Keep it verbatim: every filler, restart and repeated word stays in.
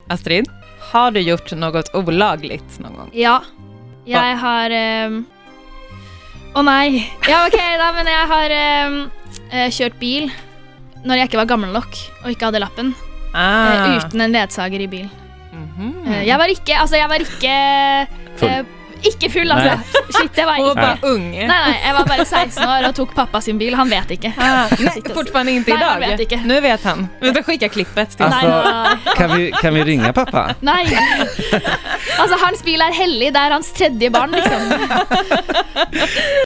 Astrid, har du gjort något olagligt någon gång? Ja, jeg har um... Å nei. Ja, ok, da, men jeg har um, uh, kjørt bil når jeg ikke var gammel nok og ikke hadde lappen, Ah. uh, uten en ledsager i bil. Mhm. Uh, jeg var ikke, altså jeg var ikke Full. uh, Ikke full, altså. Shit, det var Hon var ikke. bara ung. Nej, nej, jag var bara sexton år och tog pappa sin bil. Han vet inte. Ah, nej, fortfarande inte Nej, idag. han vet inte. Nu vet han. Vi ska skicka klippet till Alltså, Nej, kan vi, kan vi ringa pappa? Nej. Alltså hans bil är hellig, det är hans tredje barn liksom.